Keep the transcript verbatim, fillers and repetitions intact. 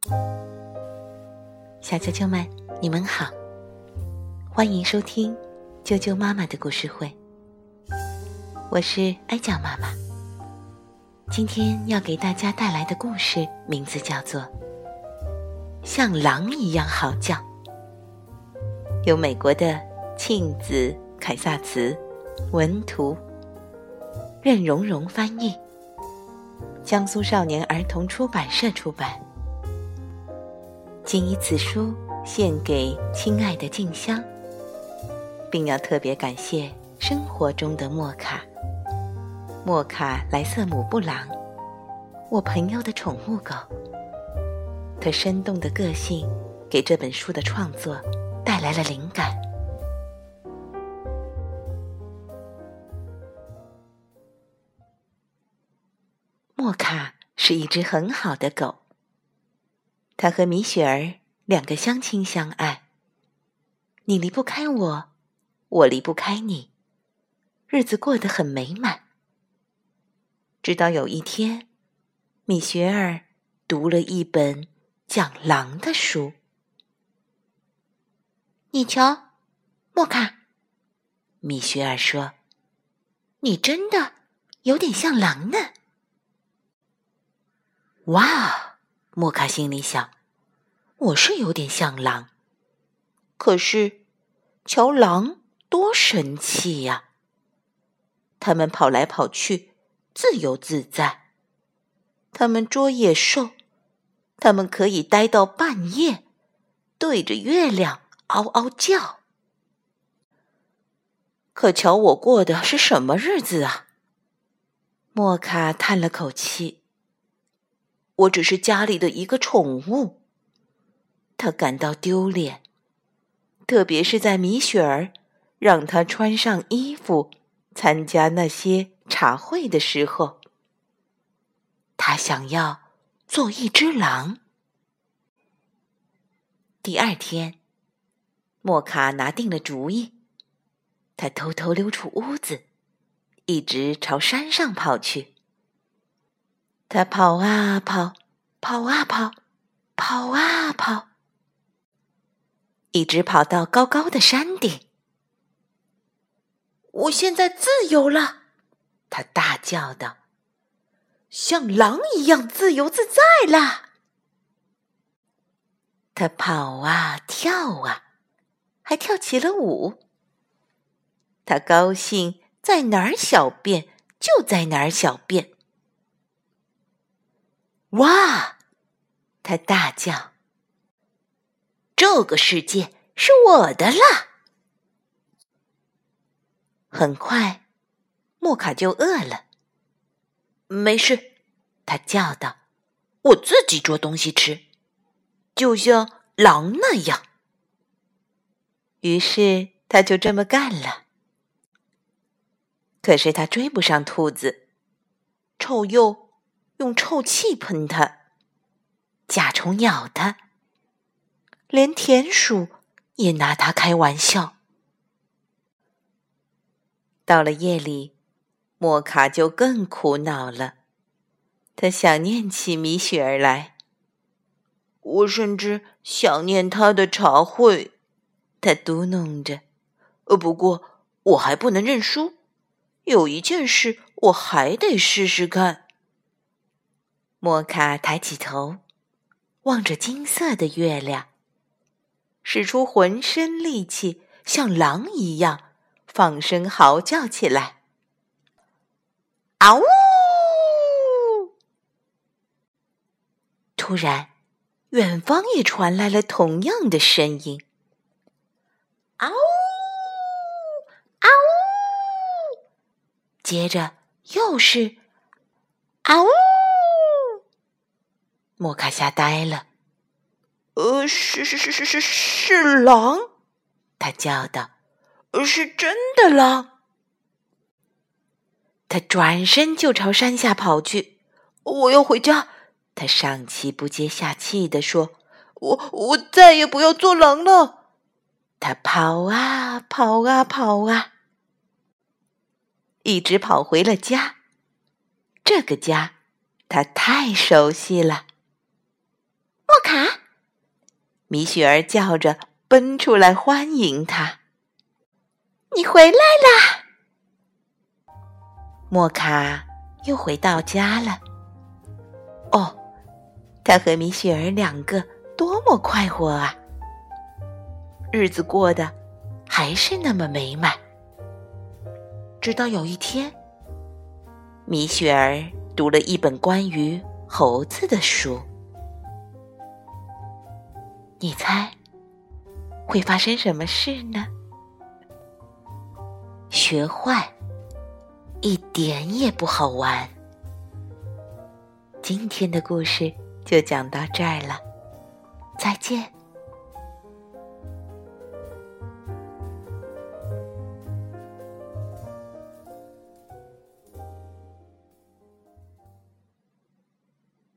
小啾啾们，你们好，欢迎收听啾啾妈妈的故事会。我是哀酱妈妈，今天要给大家带来的故事名字叫做《像狼一样嚎叫》，由美国的庆子凯萨茨文图，任蓉蓉翻译，江苏少年儿童出版社出版。谨以此书献给亲爱的静香，并要特别感谢生活中的莫卡莫卡莱瑟姆布朗，我朋友的宠物狗。它生动的个性给这本书的创作带来了灵感。莫卡是一只很好的狗，他和米雪儿两个相亲相爱，你离不开我，我离不开你，日子过得很美满。直到有一天，米雪儿读了一本讲狼的书。你瞧，莫卡，米雪儿说，你真的有点像狼呢。哇，莫卡心里想，我是有点像狼，可是瞧狼多神气呀！他们跑来跑去，自由自在，他们捉野兽，他们可以待到半夜，对着月亮嗷嗷叫。可瞧我过的是什么日子啊！莫卡叹了口气，我只是家里的一个宠物。他感到丢脸，特别是在米雪儿让他穿上衣服参加那些茶会的时候。他想要做一只狼。第二天，莫卡拿定了主意，他偷偷溜出屋子，一直朝山上跑去。他跑啊跑，跑啊跑，跑啊跑，一直跑到高高的山顶。我现在自由了，他大叫道，像狼一样自由自在啦。他跑啊跳啊，还跳起了舞。他高兴在哪儿小便就在哪儿小便。哇！他大叫，这个世界是我的啦！很快，莫卡就饿了。没事，他叫道，我自己捉东西吃，就像狼那样。于是他就这么干了。可是他追不上兔子，臭鼬用臭气喷它，甲虫咬它，连田鼠也拿它开玩笑。到了夜里，莫卡就更苦恼了，他想念起米雪儿来。我甚至想念她的茶会，他嘟哝着。呃，不过我还不能认输，有一件事我还得试试看。莫卡抬起头，望着金色的月亮，使出浑身力气，像狼一样放声嚎叫起来。嗷呜！突然，远方也传来了同样的声音。嗷呜！嗷呜！接着又是嗷呜！莫卡吓呆了。呃，是是是是是是狼！他叫道，是真的狼！他转身就朝山下跑去。我要回家！他上气不接下气地说，我我再也不要做狼了。他跑啊跑啊跑啊，一直跑回了家。这个家他太熟悉了。莫卡， 米雪儿叫着奔出来欢迎他。你回来啦！莫卡又回到家了。哦，他和米雪儿两个多么快活啊！日子过得还是那么美满。直到有一天，米雪儿读了一本关于猴子的书。你猜会发生什么事呢？学坏一点也不好玩。今天的故事就讲到这儿了，再见。